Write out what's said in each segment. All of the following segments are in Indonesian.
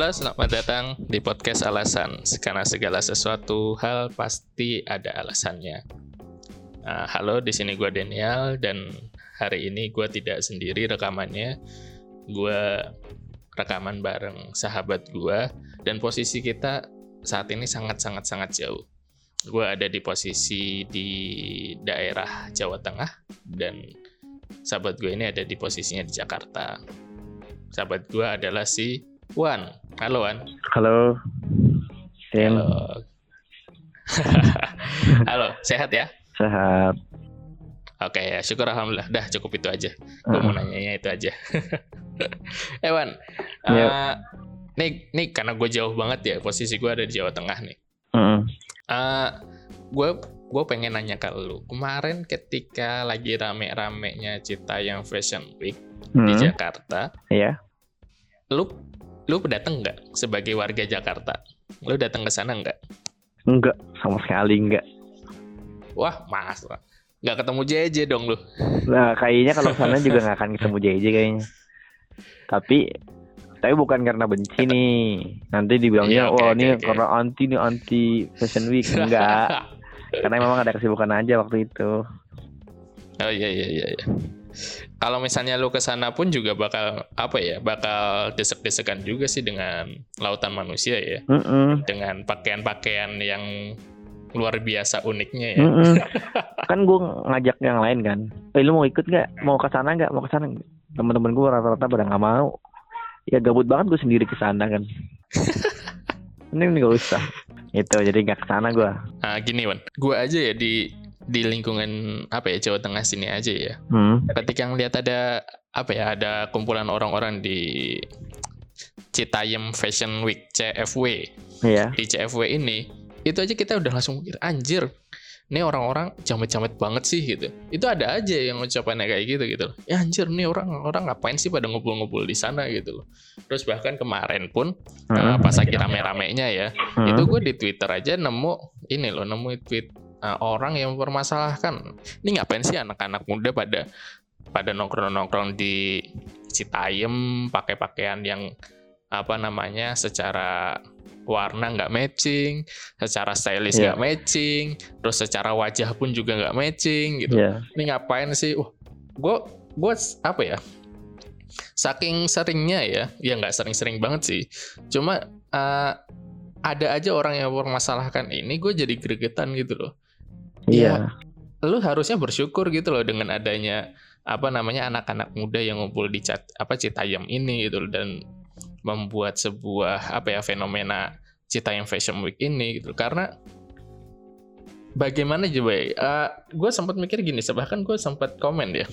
Halo, selamat datang di podcast Alasan. Karena segala sesuatu hal pasti ada alasannya. Halo, di sini gue Daniel dan hari ini gue tidak sendiri rekamannya. Gue rekaman bareng sahabat gue dan posisi kita saat ini sangat jauh. Gue ada di posisi di daerah Jawa Tengah dan sahabat gue ini ada di posisinya di Jakarta. Sahabat gue adalah si Wan. Halo Wan. Halo. Halo. Halo, sehat ya? Sehat. Oke ya, syukur alhamdulillah. Dah cukup itu aja. Gue mau nanyanya itu aja. Wan, nih karena gue jauh banget ya, posisi gue ada di Jawa Tengah nih. Gue pengen nanya ke lu. Kemarin ketika lagi rame-ramenya Citayam Fashion Week di Jakarta, iya. Lu datang nggak sebagai warga Jakarta? Lu datang ke sana nggak? Enggak, sama sekali enggak. Wah, nggak ketemu JJ dong lu. Nah, kayaknya kalau sana juga nggak akan ketemu JJ kayaknya. Tapi bukan karena benci nih. Nanti dibilangnya, ini karena anti Fashion Week. Enggak. Karena memang ada kesibukan aja waktu itu. Oh iya. Kalau misalnya lu ke sana pun juga bakal desek-desekan juga sih dengan lautan manusia ya. Dengan pakaian-pakaian yang luar biasa uniknya ya. Kan gue ngajak yang lain kan. Lu mau ikut nggak? Mau ke sana nggak? Teman-teman gue rata-rata pada nggak mau. Ya gabut banget gue sendiri ke sana kan. Ini nggak usah. Itu jadi nggak ke sana gue. Gini Wan, gue aja ya di lingkungan Jawa Tengah sini aja ya. Ketika ngeliat ada kumpulan orang-orang di Citayam Fashion Week CFW. Iya. Di CFW ini, itu aja kita udah langsung mikir, anjir, ini orang-orang jamet-jamet banget sih gitu. Itu ada aja yang ucapannya kayak gitu loh. Ya anjir, nih orang-orang ngapain sih pada ngumpul-ngumpul di sana gitu loh. Terus bahkan kemarin pun pas lagi rame-ramenya ya, itu gue di Twitter aja nemu tweet orang yang mempermasalahkan, ini ngapain sih anak-anak muda pada nongkrong-nongkrong di Citayam pakai pakaian yang secara warna nggak matching, secara stylish nggak matching, terus secara wajah pun juga nggak matching gitu. Ini ngapain sih? Gue saking seringnya ya nggak sering-sering banget sih. Cuma ada aja orang yang mempermasalahkan ini, gue jadi gregetan gitu loh. Iya. Ya, lu harusnya bersyukur gitu loh dengan adanya anak-anak muda yang ngumpul di Citayam ini gitu loh, dan membuat sebuah fenomena Citayam Fashion Week ini gitu. Karena bagaimana coba gue sempat mikir gini, bahkan gue sempat komen ya.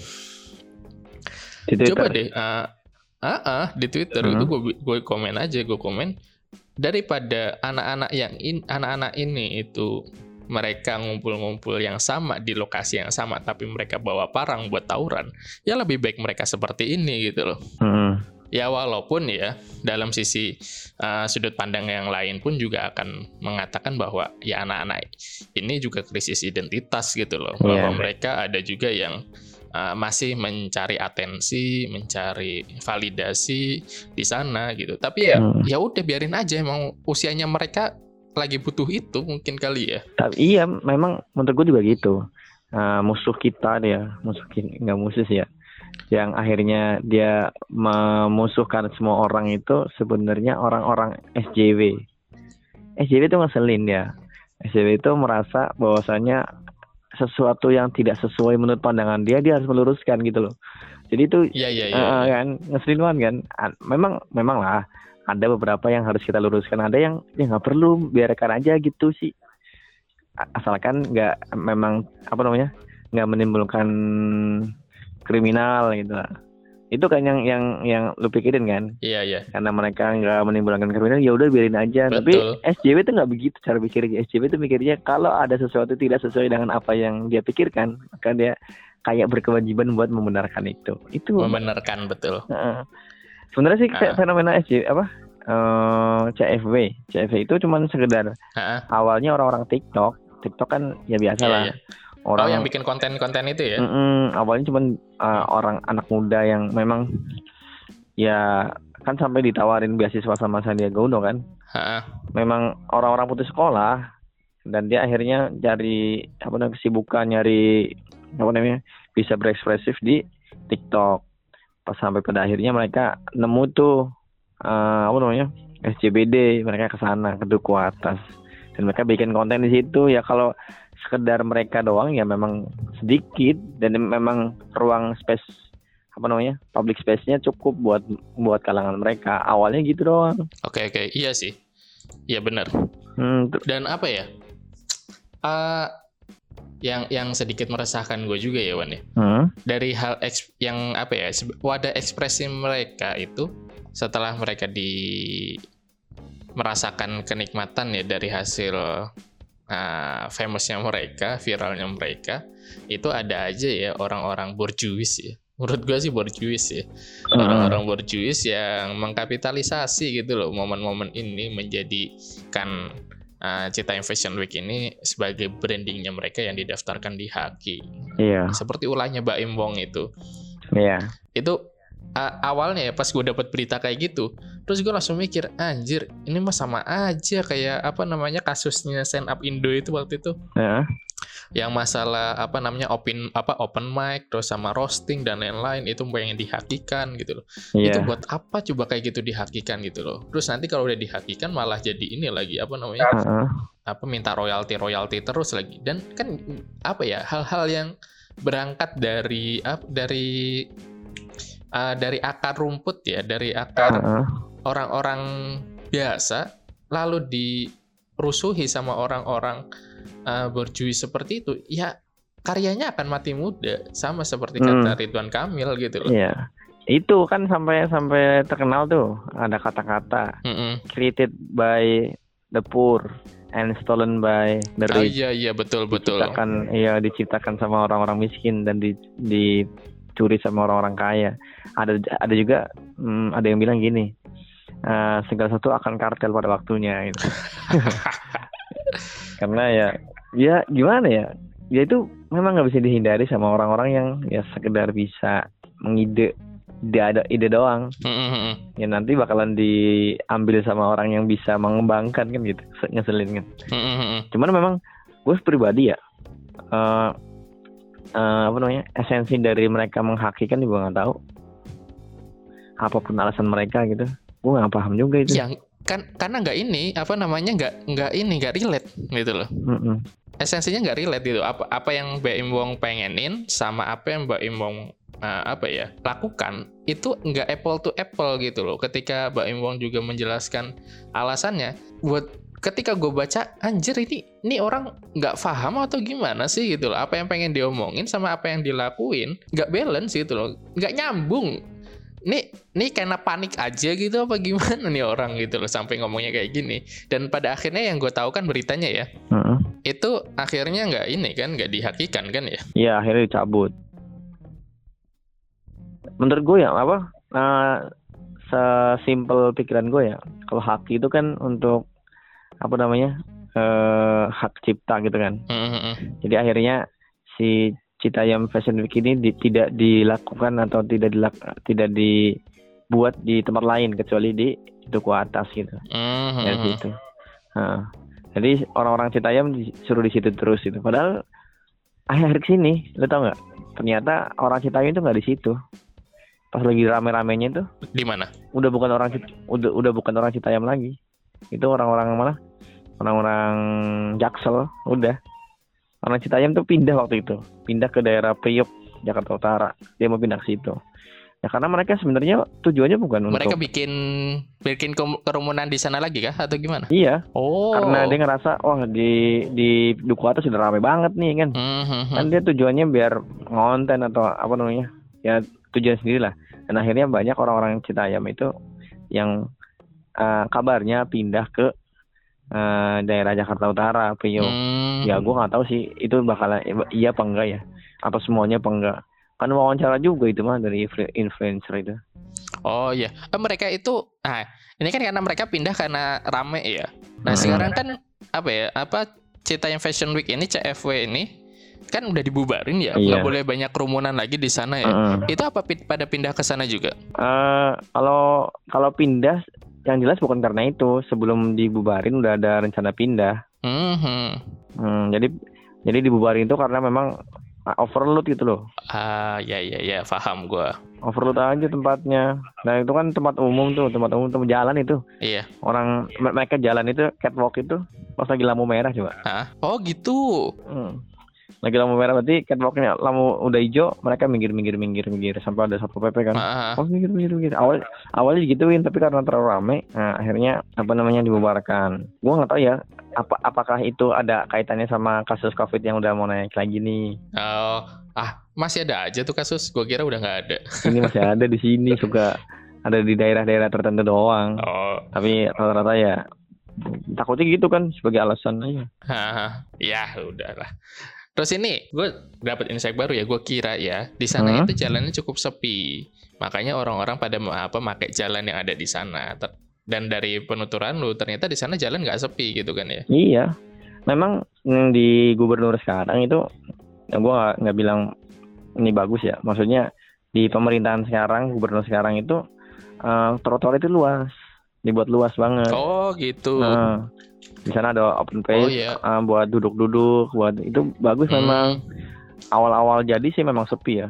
Coba deh di Twitter itu gue komen daripada anak-anak ini itu mereka ngumpul-ngumpul yang sama di lokasi yang sama tapi mereka bawa parang buat tawuran, ya lebih baik mereka seperti ini gitu loh. Ya walaupun ya dalam sisi sudut pandang yang lain pun juga akan mengatakan bahwa ya anak-anak ini juga krisis identitas gitu loh, bahwa mereka ada juga yang masih mencari atensi, mencari validasi di sana gitu. Tapi ya udah biarin aja, emang usianya mereka lagi butuh itu mungkin kali ya. Tapi iya, memang menurut gue juga gitu. Musuh kita nggak musuh sih ya. Yang akhirnya dia memusuhkan semua orang itu sebenarnya orang-orang SJW. SJW itu ngeselin ya. SJW itu merasa bahwasanya sesuatu yang tidak sesuai menurut pandangan dia harus meluruskan gitu loh. Jadi itu kan ngeselin banget kan. Memang lah ada beberapa yang harus kita luruskan, ada yang nggak perlu, biarkan aja gitu sih. Asalkan nggak nggak menimbulkan kriminal gitu lah. Itu kan yang lu pikirin kan? Iya. Karena mereka nggak menimbulkan kriminal, ya udah biarin aja. Betul. Tapi SJW itu nggak begitu cara pikirnya. SJW itu mikirnya kalau ada sesuatu tidak sesuai dengan apa yang dia pikirkan, maka dia kayak berkewajiban buat membenarkan itu. Itu membenarkan, betul. Sebenarnya sih fenomena CFW itu cuma sekedar awalnya orang-orang TikTok kan ya biasa lah. Orang yang bikin konten-konten itu ya. Awalnya cuma orang anak muda yang memang ya kan sampai ditawarin beasiswa sama Sandiaga Uno kan. Memang orang-orang putus sekolah dan dia akhirnya cari kesibukan, nyari bisa berekspresif di TikTok. Pas sampai pada akhirnya mereka nemu tuh SCBD, mereka ke sana, ke Duku Atas, dan mereka bikin konten di situ. Ya kalau sekedar mereka doang ya memang sedikit, dan memang ruang space public space-nya cukup buat kalangan mereka. Awalnya gitu doang. Oke, iya sih, iya benar. Dan apa ya? Yang sedikit meresahkan gue juga ya, Wan ya. Dari hal yang wadah ekspresi mereka itu setelah mereka merasakan kenikmatan ya dari hasil famousnya mereka, viralnya mereka, itu ada aja ya orang-orang borjuis ya. Menurut gue sih borjuis ya. Orang-orang borjuis yang mengkapitalisasi gitu loh momen-momen ini, menjadikan Citayam Fashion Week ini sebagai brandingnya mereka yang didaftarkan di Haki. Iya. Seperti ulahnya Baim Wong itu. Iya. Itu awalnya ya pas gue dapat berita kayak gitu, terus gue langsung mikir, anjir, ini mah sama aja kayak kasusnya Stand Up Indo itu waktu itu. Yang masalah open mic terus sama roasting dan lain-lain, itu pengen dihakikan gitu loh. Itu buat apa coba kayak gitu dihakikan gitu loh. Terus nanti kalau udah dihakikan malah jadi ini lagi minta royalti terus lagi. Dan kan hal-hal yang berangkat dari akar rumput ya, dari akar orang-orang biasa, lalu dirusuhi sama orang-orang borjuis seperti itu, ya karyanya akan mati muda, sama seperti kata Ridwan Kamil gitu loh. Iya. Itu kan sampai terkenal tuh, ada kata-kata created by the poor and stolen by the rich. Iya betul. Diciptakan sama orang-orang miskin dan dicuri sama orang-orang kaya. Ada juga ada yang bilang gini, segala sesuatu akan kartel pada waktunya gitu. Karena ya gimana ya, ya itu memang nggak bisa dihindari sama orang-orang yang ya sekedar bisa mengide, ada ide doang. Ya nanti bakalan diambil sama orang yang bisa mengembangkan kan gitu, ngeselin kan. Cuman memang gue pribadi ya, esensi dari mereka menghakikan gue nggak tahu. Apapun alasan mereka gitu, gue nggak paham juga itu. Ya kan karena nggak relate gitu loh. Esensinya nggak relate gitu. Apa yang Baim Wong pengenin sama apa yang Baim Wong lakukan itu nggak apple to apple gitu loh. Ketika Baim Wong juga menjelaskan alasannya, buat ketika gue baca, anjir ini orang nggak paham atau gimana sih gitu loh. Apa yang pengen diomongin sama apa yang dilakuin nggak balance gitu loh, nggak nyambung. Nih karena panik aja gitu apa gimana nih orang gitu loh sampai ngomongnya kayak gini. Dan pada akhirnya yang gue tahu kan beritanya ya, itu akhirnya nggak dihakikan kan ya? Iya, akhirnya dicabut. Menurut gue ya sesimpel pikiran gue ya, kalau haki itu kan untuk hak cipta gitu kan. Jadi akhirnya si Citayam Fashion Week ini tidak dilakukan atau tidak dibuat di tempat lain kecuali di Duku Atas gitu. Dari situ. Jadi orang-orang Citayam disuruh di situ terus gitu. Padahal akhir sini, lo tau nggak? Ternyata orang Citayam itu nggak di situ. Pas lagi rame-ramenya itu. Di mana? Udah bukan orang Citayam lagi. Itu orang-orang Jaksel udah. Orang Citayam tuh pindah waktu itu, pindah ke daerah Priok, Jakarta Utara. Dia mau pindah ke situ. Ya karena mereka sebenarnya tujuannya bukan mereka bikin kerumunan di sana lagi kah atau gimana? Iya. Karena dia ngerasa di Duku Atas sudah ramai banget nih kan. Kan dia tujuannya biar ngonten atau ya tujuan sendirilah. Dan akhirnya banyak orang-orang Citayam itu yang kabarnya pindah ke daerah Jakarta Utara, Priok. Ya gue nggak tahu sih itu bakalan iya apa enggak ya, atau semuanya apa enggak. Kan wawancara juga itu mah dari influencer itu. Oh iya, mereka itu ini kan karena mereka pindah karena rame ya. Nah sekarang kan Citayam Fashion Week ini, CFW ini kan udah dibubarin ya, Iya. nggak boleh banyak kerumunan lagi di sana ya. Itu apa pada pindah ke sana juga? Kalau pindah, yang jelas bukan karena itu. Sebelum dibubarin udah ada rencana pindah. Jadi dibubarin itu karena memang overload gitu loh. Ya, paham gue. Overload aja tempatnya. Nah itu kan tempat umum, tempat jalan itu. Iya. Orang mereka jalan itu catwalk itu pas lagi lampu merah coba. Oh gitu. Lagi lampu merah berarti catwalknya lampu udah hijau, mereka minggir sampai ada Satpol PP kan. Minggir. Awalnya digituin, tapi karena terlalu rame, akhirnya dibubarkan. Gua nggak tahu ya apakah itu ada kaitannya sama kasus COVID yang udah mau naik lagi nih. Masih ada aja tuh kasus. Gua kira udah nggak ada. Ini masih ada di sini, suka ada di daerah-daerah tertentu doang. Tapi rata-rata ya takutnya gitu kan sebagai alasan aja. Ya udahlah. Terus ini gue dapat insight baru ya. Gue kira ya di sana itu jalannya cukup sepi. Makanya orang-orang pada pakai jalan yang ada di sana. Dan dari penuturan lu ternyata di sana jalan nggak sepi gitu kan ya? Iya. Memang di gubernur sekarang itu, gue nggak bilang ini bagus ya. Maksudnya di pemerintahan sekarang, gubernur sekarang itu trotoar itu luas, dibuat luas banget. Oh gitu. Di sana ada open space buat duduk-duduk, buat itu bagus memang. Awal-awal jadi sih memang sepi ya.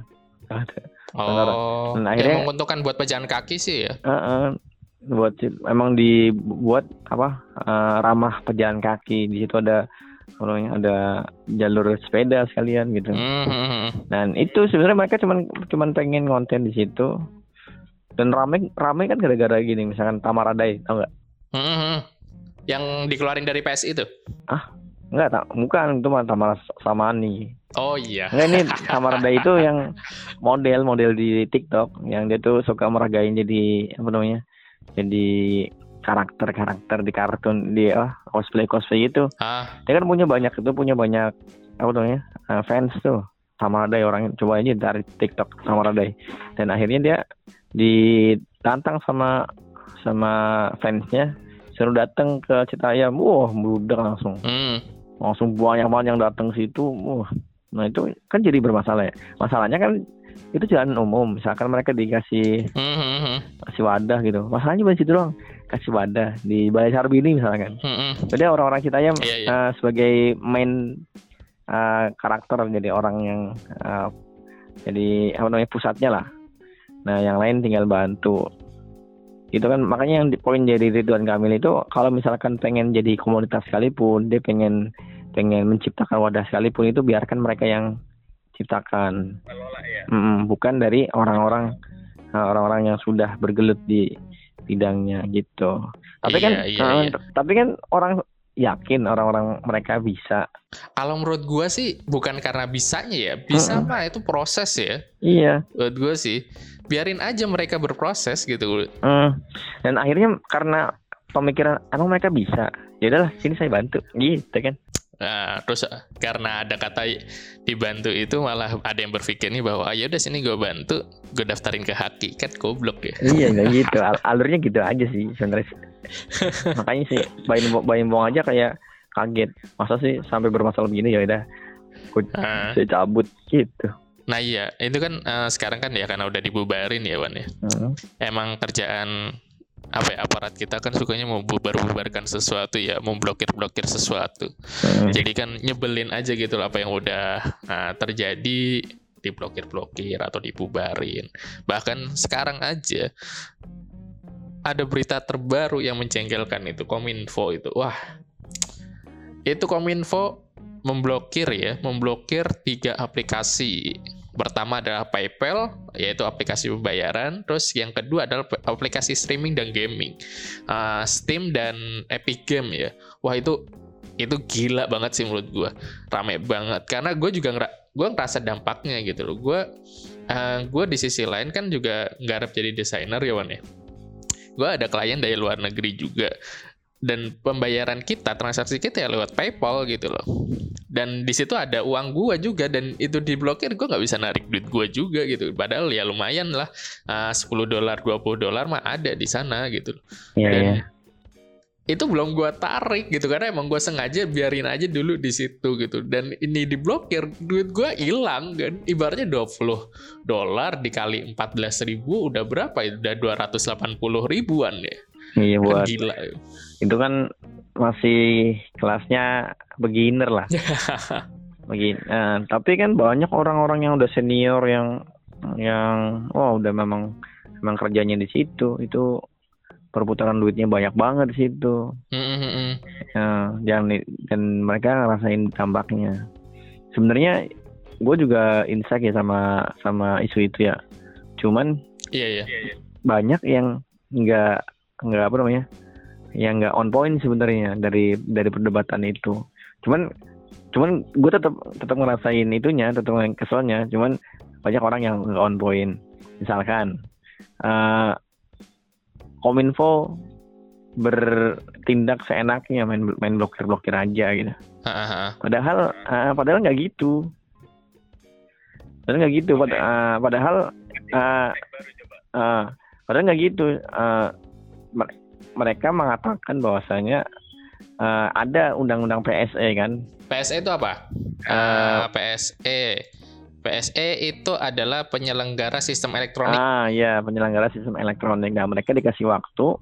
Dan akhirnya menguntungkan buat pejalan kaki sih ya. Buat emang dibuat ramah pejalan kaki. Di situ ada jalur sepeda sekalian gitu. Dan itu sebenarnya mereka cuman pengen konten di situ. Dan ramai kan gara-gara gini, misalkan Tamaradai, tau nggak? Yang dikeluarin dari PSI itu? Enggak, bukan, itu mah Tamara Samani. Oh iya. Enggak, ini Tamaradai itu yang model di TikTok, yang dia tuh suka meragain jadi jadi karakter di kartun, di cosplay gitu. Dia kan punya banyak fans tuh. Tamaradai, orang coba aja dari TikTok Tamaradai. Dan akhirnya dia ditantang sama fansnya, suruh datang ke Citayam. Bludak langsung. Langsung banyak yang datang situ. Nah itu kan jadi bermasalah ya. Masalahnya kan itu jalan umum, misalkan mereka dikasih wadah gitu. Masalahnya di situ doang, kasih wadah di Balai Sarbini misalkan. Jadi orang-orang Citayam sebagai main karakter, jadi orang yang jadi pusatnya lah. Nah yang lain tinggal bantu. Itu kan makanya yang poin dari Ridwan Kamil itu, kalau misalkan pengen jadi komunitas sekalipun, dia pengen menciptakan wadah sekalipun, itu biarkan mereka yang ciptakan. Bukan dari orang-orang yang sudah bergelut di bidangnya gitu. Tapi kan orang yakin orang-orang mereka bisa. Kalau menurut gue sih bukan karena bisanya ya, bisa mah itu proses ya. Iya. Menurut gue sih biarin aja mereka berproses gitu. Dan akhirnya karena pemikiran emang mereka bisa, ya udahlah sini saya bantu gitu kan. Nah, terus karena ada kata dibantu itu malah ada yang berpikir nih bahwa ya udah sini gue bantu, gue daftarin ke Haki, kan goblok ya. Iya nggak gitu, alurnya gitu aja sih sebenarnya. Makanya sih Baim Bong aja kayak kaget, masa sih sampai bermasalah begini, ya udah saya cabut gitu. Nah iya, itu kan sekarang kan ya karena udah dibubarin ya Wan ya. Emang kerjaan aparat kita kan sukanya mau bubarkan sesuatu ya, mau blokir sesuatu. Jadi kan nyebelin aja gitu lah, apa yang udah terjadi diblokir atau dibubarin. Bahkan sekarang aja ada berita terbaru yang menjengkelkan, itu Kominfo itu. Wah, itu Kominfo memblokir 3 aplikasi. Pertama adalah PayPal, yaitu aplikasi pembayaran. Terus yang kedua adalah aplikasi streaming dan gaming, Steam dan Epic Game ya. Wah itu gila banget sih menurut gue, rame banget. Karena gue juga ngerasa dampaknya gitu loh. Gue di sisi lain kan juga nggarap jadi desainer ya Wan ya. Gue ada klien dari luar negeri juga. Dan pembayaran kita, transaksi kita ya lewat PayPal gitu loh. Dan di situ ada uang gua juga, dan itu diblokir, gua nggak bisa narik duit gua juga gitu. Padahal ya lumayan lah, $10, $20 mah ada di sana gitu. Iya. itu belum gua tarik gitu karena emang gua sengaja biarin aja dulu di situ gitu, dan ini diblokir, duit gua hilang kan. Ibaratnya $20 dikali 14.000 udah berapa ya, udah 280 ribuan ya. Iya, Kan buat gila. itu kan masih kelasnya beginner lah. Tapi kan banyak orang-orang yang udah senior yang udah memang kerjanya di situ, itu perputaran duitnya banyak banget di situ. Dan mereka ngerasain dampaknya. Sebenarnya gue juga insight ya sama isu itu ya. Cuman Iya. banyak yang nggak apa namanya, yang nggak on point sebenarnya dari perdebatan itu. Cuman gue tetap ngerasain itunya, tetap keselnya. Cuman banyak orang yang nggak on point. Misalkan Kominfo bertindak seenaknya, main blokir aja gitu. Padahal nggak gitu. Padahal nggak gitu. Mereka mengatakan bahwasanya ada undang-undang PSE kan. PSE itu apa? PSE itu adalah penyelenggara sistem elektronik. Iya, penyelenggara sistem elektronik. Nah, mereka dikasih waktu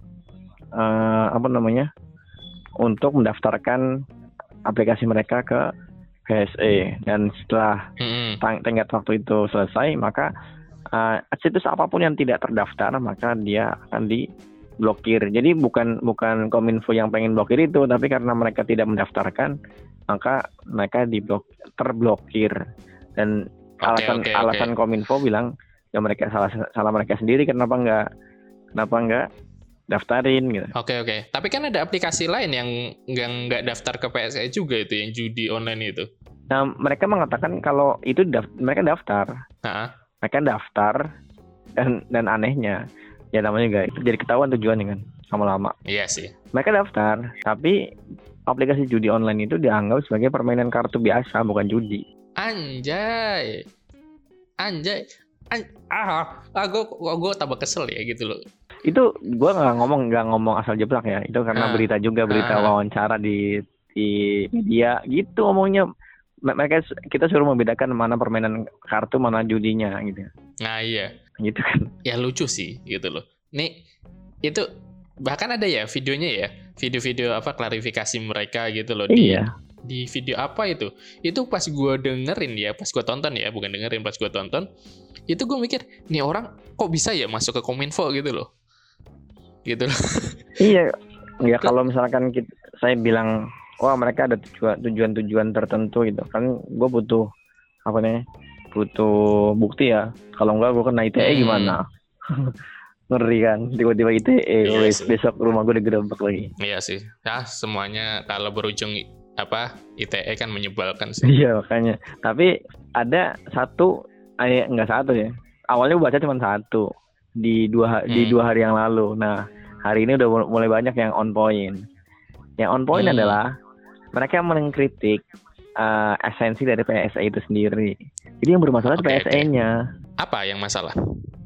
untuk mendaftarkan aplikasi mereka ke PSE, dan setelah tenggat waktu itu selesai, maka situs apapun yang tidak terdaftar maka dia akan diblokir. Jadi bukan Kominfo yang pengen blokir itu, tapi karena mereka tidak mendaftarkan maka mereka terblokir. Dan alasan Kominfo bilang ya mereka salah mereka sendiri, kenapa nggak daftarin gitu. Oke. Tapi kan ada aplikasi lain yang nggak daftar ke PSE juga, itu yang judi online itu. Nah, mereka mengatakan kalau itu mereka daftar. Mereka daftar, dan anehnya ya namanya guys, jadi ketahuan tujuannya kan lama-lama. Iya sih. Mereka daftar, tapi aplikasi judi online itu dianggap sebagai permainan kartu biasa, bukan judi. Anjay. Gue tambah kesel ya gitu loh. Itu gue nggak ngomong asal jeplak ya, itu karena berita wawancara di media gitu ngomongnya. Kita suruh membedakan mana permainan kartu, mana judinya gitu. Nah iya. Gitu kan. Ya lucu sih gitu loh. Nih itu bahkan ada ya videonya ya, video klarifikasi mereka gitu loh. Iya. Di video apa itu pas gue dengerin ya, pas gue tonton ya, bukan dengerin, pas gue tonton itu gue mikir, nih orang kok bisa ya masuk ke Kominfo gitu loh. Iya ya, kalau misalkan saya bilang wah mereka ada tujuan tertentu gitu kan, gue butuh bukti ya. Kalau enggak gue kena ITE gimana? Ngeri kan, tiba-tiba ITE, besok rumah gue digerebek lagi. Iya sih ya, semuanya kalau berujung ITE kan menyebalkan sih. Iya makanya. Tapi ada nggak satu ya. Awalnya gue baca cuma satu di dua hari yang lalu. Nah hari ini udah mulai banyak yang on point. Yang on point adalah mereka mengkritik esensi dari PSE itu sendiri. Jadi yang bermasalah PSE-nya. Apa yang masalah?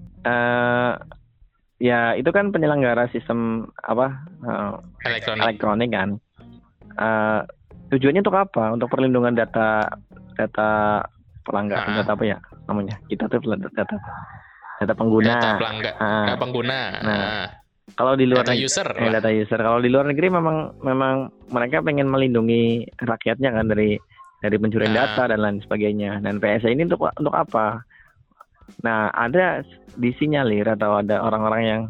Ya itu kan penyelenggara sistem elektronik kan. Tujuannya untuk apa? Untuk perlindungan data pelanggan, data apa ya namanya? Kita tuh data pengguna. Data pengguna. Nah, kalau di luar data user. Data user. Kalau di luar negeri memang mereka pengen melindungi rakyatnya kan dari pencurian data dan lain sebagainya. Dan PSE ini untuk apa? Nah, ada disinyalir atau ada orang-orang yang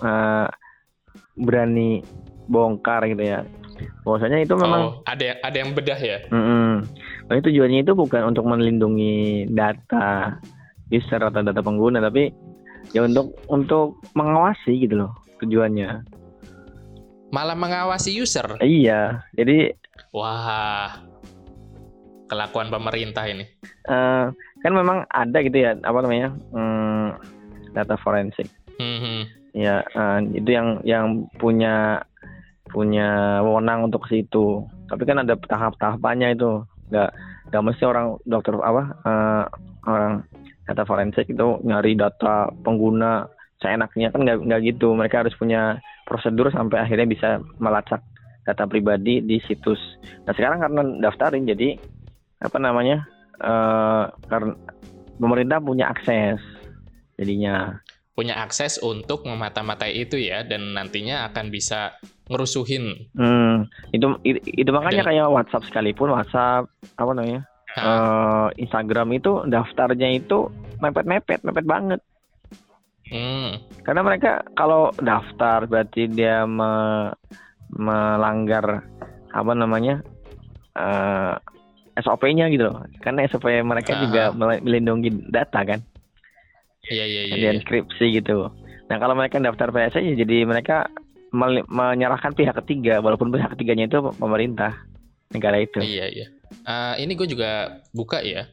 berani bongkar gitu ya. Bahwasanya itu memang ada yang bedah ya. Nah, tujuannya itu bukan untuk melindungi data user atau data pengguna, tapi ya untuk mengawasi gitu loh tujuannya. Malah mengawasi user. Iya, jadi wah, kelakuan pemerintah ini. Kan memang ada gitu ya data forensik. Ya, itu yang punya wewenang untuk situ. Tapi kan ada tahap-tahapannya itu. Nggak mesti orang dokter orang data forensik itu nyari data pengguna seenaknya kan, nggak gitu. Mereka harus punya prosedur sampai akhirnya bisa melacak data pribadi di situs. Nah sekarang karena daftarin jadi karena pemerintah punya akses jadinya. Punya akses untuk memata-matai itu ya, dan nantinya akan bisa ngerusuhin. Itu makanya kayak WhatsApp sekalipun, WhatsApp Instagram itu daftarnya itu mepet banget. Karena mereka kalau daftar berarti dia melanggar SOP-nya gitu loh. Karena SOP mereka juga melindungi data kan. Iya. Di inskripsi gitu. Nah kalau mereka daftar PSE ya jadi mereka menyerahkan pihak ketiga, walaupun pihak ketiganya itu pemerintah negara itu. Iya. Ini gue juga buka ya.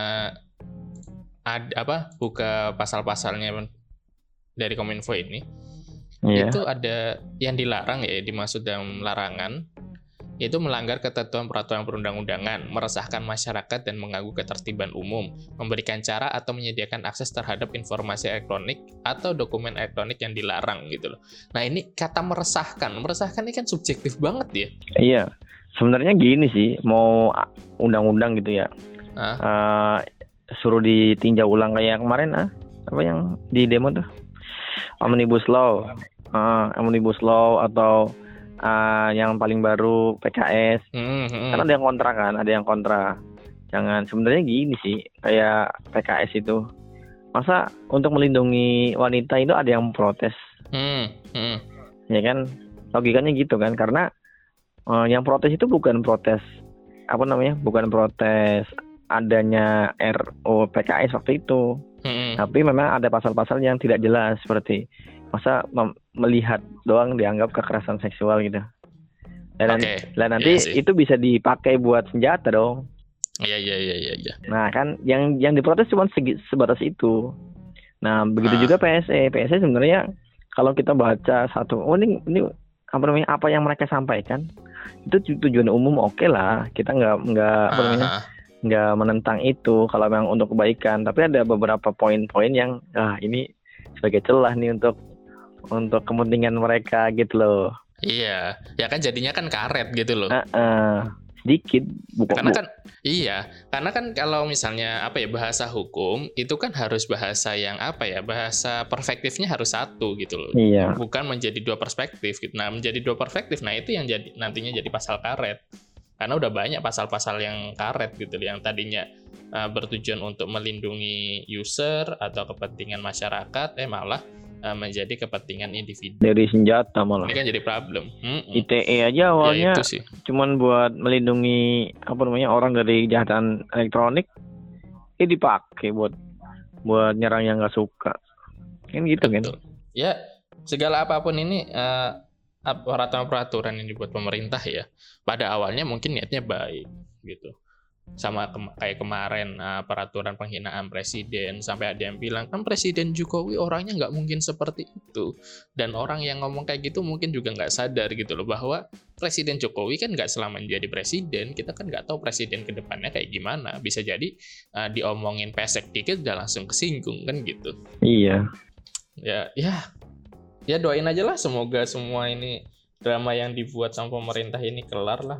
Buka pasal-pasalnya dari Kominfo ini. Yeah. Itu ada yang dilarang ya, dimaksud dalam larangan. Itu melanggar ketentuan peraturan perundang-undangan, meresahkan masyarakat dan mengganggu ketertiban umum, memberikan cara atau menyediakan akses terhadap informasi elektronik atau dokumen elektronik yang dilarang gitu loh. Nah ini kata meresahkan ini kan subjektif banget ya. Iya, sebenarnya gini sih, mau undang-undang gitu ya, suruh ditinjau ulang kayak kemarin apa yang di demo tuh, Omnibus Law atau yang paling baru PKS. Karena ada yang kontra. Jangan, sebenarnya gini sih, kayak PKS itu masa untuk melindungi wanita itu ada yang protes. Ya kan, logikanya gitu kan, karena yang protes itu bukan protes adanya RUU PKS waktu itu. Tapi memang ada pasal-pasal yang tidak jelas, seperti masa melihat doang dianggap kekerasan seksual gitu. Dan nanti itu bisa dipakai buat senjata dong. Iya. Nah kan yang diprotes cuma sebatas itu. Nah begitu juga PSE sebenarnya kalau kita baca ini apa yang mereka sampaikan itu tujuan umum, oke lah, kita nggak menentang itu kalau memang untuk kebaikan. Tapi ada beberapa poin-poin yang ini sebagai celah nih untuk kepentingan mereka gitu loh. Iya, ya kan jadinya kan karet gitu loh. Sedikit. Karena kan kalau misalnya bahasa hukum itu kan harus bahasa yang bahasa perspektifnya harus satu gitu loh. Iya. Bukan menjadi dua perspektif gitu. Nah, menjadi dua perspektif, nah itu yang nantinya jadi pasal karet. Karena udah banyak pasal-pasal yang karet gitu, yang tadinya bertujuan untuk melindungi user atau kepentingan masyarakat, malah menjadi kepentingan individu. Dari senjata malah. Ini kan jadi problem. ITE aja awalnya ya cuman buat melindungi orang dari kejahatan elektronik, ini dipakai buat nyerang yang nggak suka. Kan gitu. Betul. Kan? Ya, segala apapun ini peraturan yang dibuat pemerintah ya, pada awalnya mungkin niatnya baik gitu. Sama kayak kemarin peraturan penghinaan presiden, sampai ada yang bilang kan Presiden Jokowi orangnya nggak mungkin seperti itu, dan orang yang ngomong kayak gitu mungkin juga nggak sadar gitu loh, bahwa Presiden Jokowi kan nggak selama menjadi presiden, kita kan nggak tahu presiden kedepannya kayak gimana, bisa jadi diomongin pesek dikit udah langsung kesinggung kan gitu. Iya. Ya doain aja lah, semoga semua ini drama yang dibuat sama pemerintah ini kelar lah.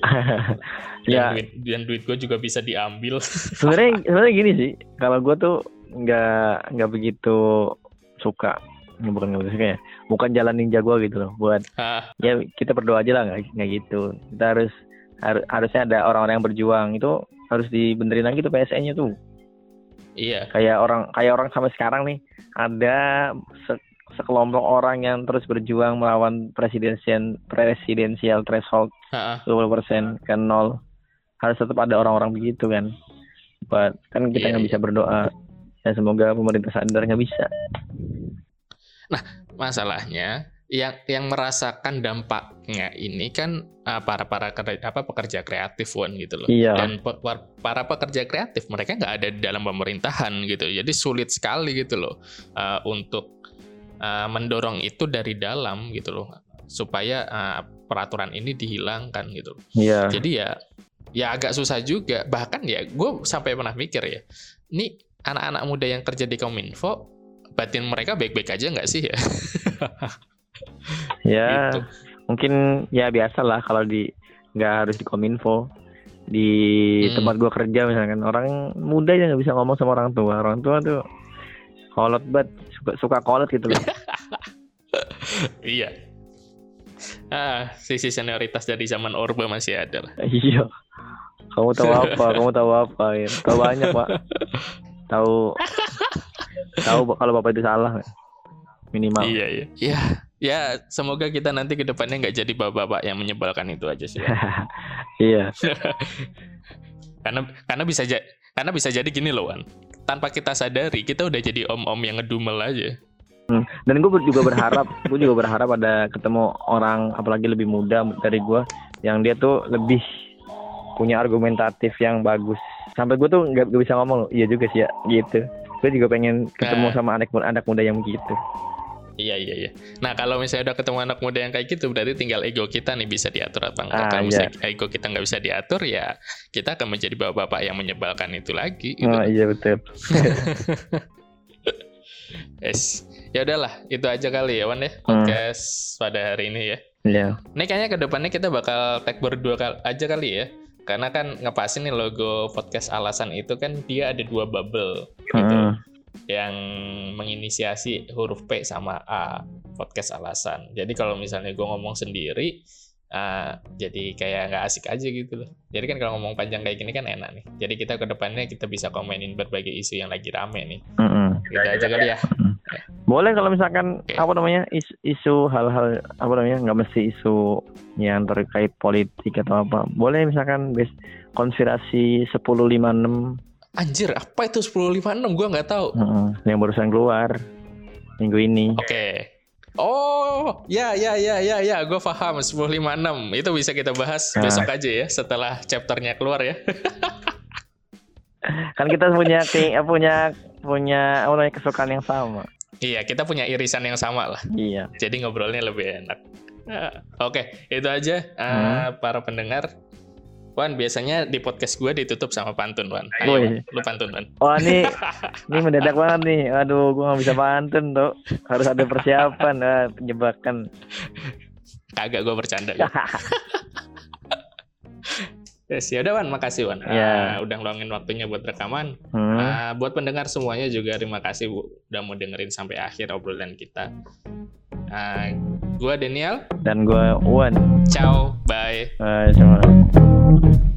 Dan duit gue juga bisa diambil. Sebenarnya gini sih, kalau gue tuh nggak begitu suka, bukan jalan ninja gue gitu loh. Buat ya kita berdoa aja lah, nggak gitu. Kita harusnya ada orang-orang yang berjuang, itu harus dibenerin lagi tuh PSE-nya tuh. Iya. Kayak orang sampai sekarang nih ada sekelompok orang yang terus berjuang melawan presidensial threshold 20% ke 0. Harus tetap ada orang-orang begitu kan. Kan kita nggak bisa berdoa ya semoga pemerintah sadar, nggak bisa. Nah masalahnya yang merasakan dampaknya ini kan para pekerja kreatif gitu loh. Iya. Dan para pekerja kreatif mereka nggak ada di dalam pemerintahan gitu, jadi sulit sekali gitu loh untuk mendorong itu dari dalam gitu loh, supaya peraturan ini dihilangkan gitu. Iya. Jadi ya agak susah juga. Bahkan ya gue sampai pernah mikir ya, ini anak-anak muda yang kerja di Kominfo, batin mereka baik-baik aja nggak sih ya? Ya, Gitu. mungkin ya biasa lah kalau nggak harus di Kominfo. Di tempat gua kerja misalkan orang muda yang nggak bisa ngomong sama orang tua tuh kolot banget, suka kolot gitu loh. Iya. Sisi senioritas dari zaman Orba masih ada lah. Iya. Kamu tahu apa ya? Tahu banyak, Pak. Tahu kalau Bapak itu salah minimal. Iya. Ya, semoga kita nanti ke depannya nggak jadi bapak-bapak yang menyebalkan itu aja sih. Iya. karena bisa jadi gini loh, Wan. Tanpa kita sadari, kita udah jadi om-om yang ngedumel aja. Dan gue juga berharap ada ketemu orang apalagi lebih muda dari gue yang dia tuh lebih punya argumentatif yang bagus. Sampai gue tuh nggak bisa ngomong loh. Iya juga sih ya, gitu. Gue juga pengen ketemu sama anak muda yang begitu. Iya. Nah, kalau misalnya udah ketemu anak muda yang kayak gitu, berarti tinggal ego kita nih bisa diatur apa enggak. Kalau misalnya ego kita nggak bisa diatur, ya kita akan menjadi bapak-bapak yang menyebalkan itu lagi. Gitu. Oh iya betul. Yes. Ya udahlah, itu aja kali ya, Wan ya, podcast pada hari ini ya. Iya. Ini kayaknya ke depannya kita bakal tag berdua aja kali ya. Karena kan ngepasin nih logo podcast Alasan itu kan dia ada 2 bubble gitu. Yang menginisiasi huruf P sama A, podcast Alasan. Jadi kalau misalnya gue ngomong sendiri, jadi kayak nggak asik aja gitu loh. Jadi kan kalau ngomong panjang kayak gini kan enak nih. Jadi kita ke depannya kita bisa komenin berbagai isu yang lagi rame nih. Gitu aja kali ya. Boleh kalau misalkan isu hal-hal nggak mesti isu yang terkait politik atau apa. Boleh misalkan konspirasi 1056. Anjir, apa itu 1056? Gue nggak tahu. Yang barusan keluar minggu ini. Oke. Oh, ya, gue paham 1056. Itu bisa kita bahas besok aja ya, setelah chapternya keluar ya. Kan kita punya kesukaan yang sama. Iya, kita punya irisan yang sama lah. Iya. Jadi ngobrolnya lebih enak. Oke, itu aja para pendengar. Wan, biasanya di podcast gue ditutup sama pantun, Wan. Ayo, lu pantun, Wan. Wah, ini mendadak banget nih. Aduh, gue gak bisa pantun, tuh. Harus ada persiapan, penjebakan. Kagak, gue bercanda. Yes, yaudah, Wan. Makasih, Wan. Udah ngeluangin waktunya buat rekaman. Buat pendengar semuanya juga terima kasih udah mau dengerin sampai akhir obrolan kita. Gue Daniel. Dan gue Wan. Ciao, bye. Bye, sama.